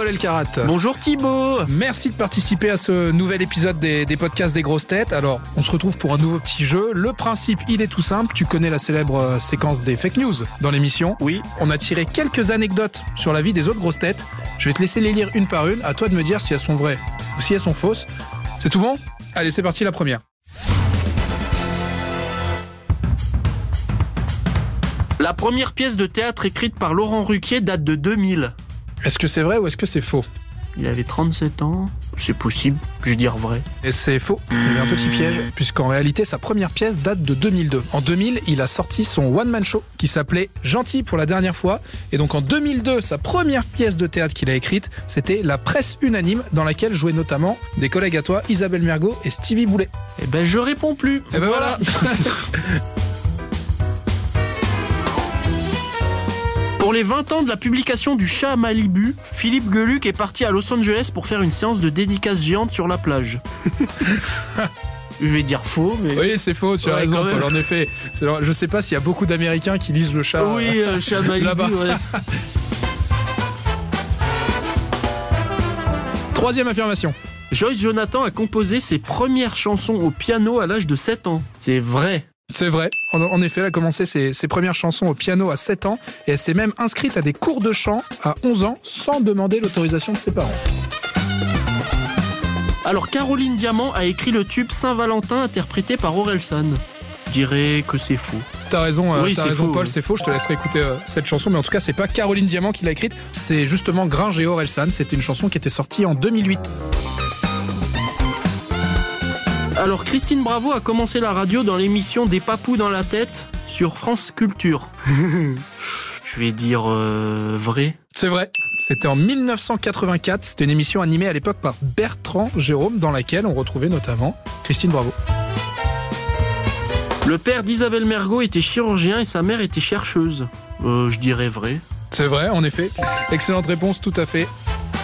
Paul Elkarat. Bonjour Thibaut. Merci de participer à ce nouvel épisode des podcasts des grosses têtes. Alors, on se retrouve pour un nouveau petit jeu. Le principe, il est tout simple. Tu connais la célèbre séquence des fake news dans l'émission. Oui. On a tiré quelques anecdotes sur la vie des autres grosses têtes. Je vais te laisser les lire une par une. À toi de me dire si elles sont vraies ou si elles sont fausses. C'est tout bon ? Allez, c'est parti, la première. La première pièce de théâtre écrite par Laurent Ruquier date de 2000. Est-ce que c'est vrai ou est-ce que c'est faux ? Il avait 37 ans. C'est possible, je vais dire vrai. Et c'est faux. Il y avait un petit piège, puisqu'en réalité, sa première pièce date de 2002. En 2000, il a sorti son one-man show qui s'appelait Gentil pour la dernière fois. Et donc en 2002, sa première pièce de théâtre qu'il a écrite, c'était La Presse Unanime, dans laquelle jouaient notamment des collègues à toi, Isabelle Mergo et Stevie Boulet. Eh ben, je réponds plus. Et ben voilà. Pour les 20 ans de la publication du chat à Malibu, Philippe Geluck est parti à Los Angeles pour faire une séance de dédicace géante sur la plage. Je vais dire faux, mais... Oui, c'est faux, tu as raison, Paul. En effet, je sais pas s'il y a beaucoup d'Américains qui lisent le chat. Oui, le chat à Malibu, là-bas. Ouais. Troisième affirmation. Joyce Jonathan a composé ses premières chansons au piano à l'âge de 7 ans. C'est vrai. C'est vrai. En effet, elle a commencé ses premières chansons au piano à 7 ans et elle s'est même inscrite à des cours de chant à 11 ans sans demander l'autorisation de ses parents. Alors, Caroline Diamant a écrit le tube Saint-Valentin interprété par Orelsan. Je dirais que c'est faux. T'as raison, oui, raison faux, Paul, oui. C'est faux. Je te laisserai écouter cette chanson, mais en tout cas, c'est pas Caroline Diamant qui l'a écrite. C'est justement Gringe et Orelsan. C'était une chanson qui était sortie en 2008. Alors, Christine Bravo a commencé la radio dans l'émission Des papous dans la tête sur France Culture. Je vais dire vrai. C'est vrai. C'était en 1984. C'était une émission animée à l'époque par Bertrand Jérôme, dans laquelle on retrouvait notamment Christine Bravo. Le père d'Isabelle Mergo était chirurgien et sa mère était chercheuse. Je dirais vrai. C'est vrai, en effet. Excellente réponse, tout à fait.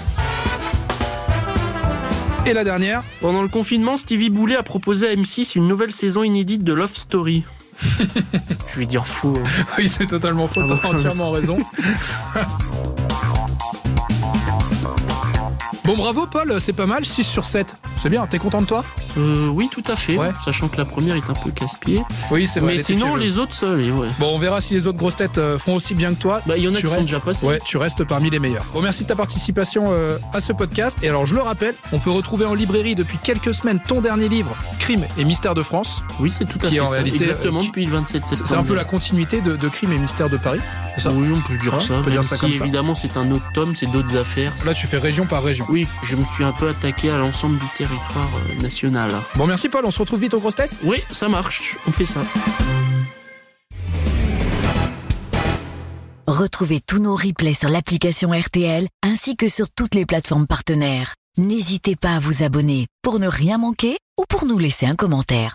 Et la dernière. Pendant le confinement, Stevie Boulet a proposé à M6 une nouvelle saison inédite de Love Story. Je vais dire faux. Oui, c'est totalement faux, t'as entièrement raison. Bon, bravo Paul, c'est pas mal, 6 sur 7. C'est bien, t'es content de toi ? Oui, tout à fait. Ouais. Sachant que la première est un peu casse-pied. Oui, c'est vrai. Mais sinon, les autres seuls, ouais. Bon, on verra si les autres grosses têtes font aussi bien que toi. Bah, il y en a qui sont déjà passés. Ouais, tu restes parmi les meilleurs. Bon, merci de ta participation à ce podcast. Et alors, je le rappelle, on peut retrouver en librairie depuis quelques semaines ton dernier livre, Crime et Mystères de France. Oui, c'est tout à qui fait en ça. réalité, Exactement, depuis le 27 septembre. C'est un peu la continuité de Crime et Mystères de Paris, c'est ça ? Oui, on peut dire ça. On peut dire Même ça si, comme ça. évidemment, c'est un autre tome, c'est d'autres affaires. Là, tu fais région par région. Oui, je me suis un peu attaqué à l'ensemble du territoire national. Bon, merci Paul, on se retrouve vite aux grosses têtes ? Oui, ça marche, on fait ça. Retrouvez tous nos replays sur l'application RTL ainsi que sur toutes les plateformes partenaires. N'hésitez pas à vous abonner pour ne rien manquer ou pour nous laisser un commentaire.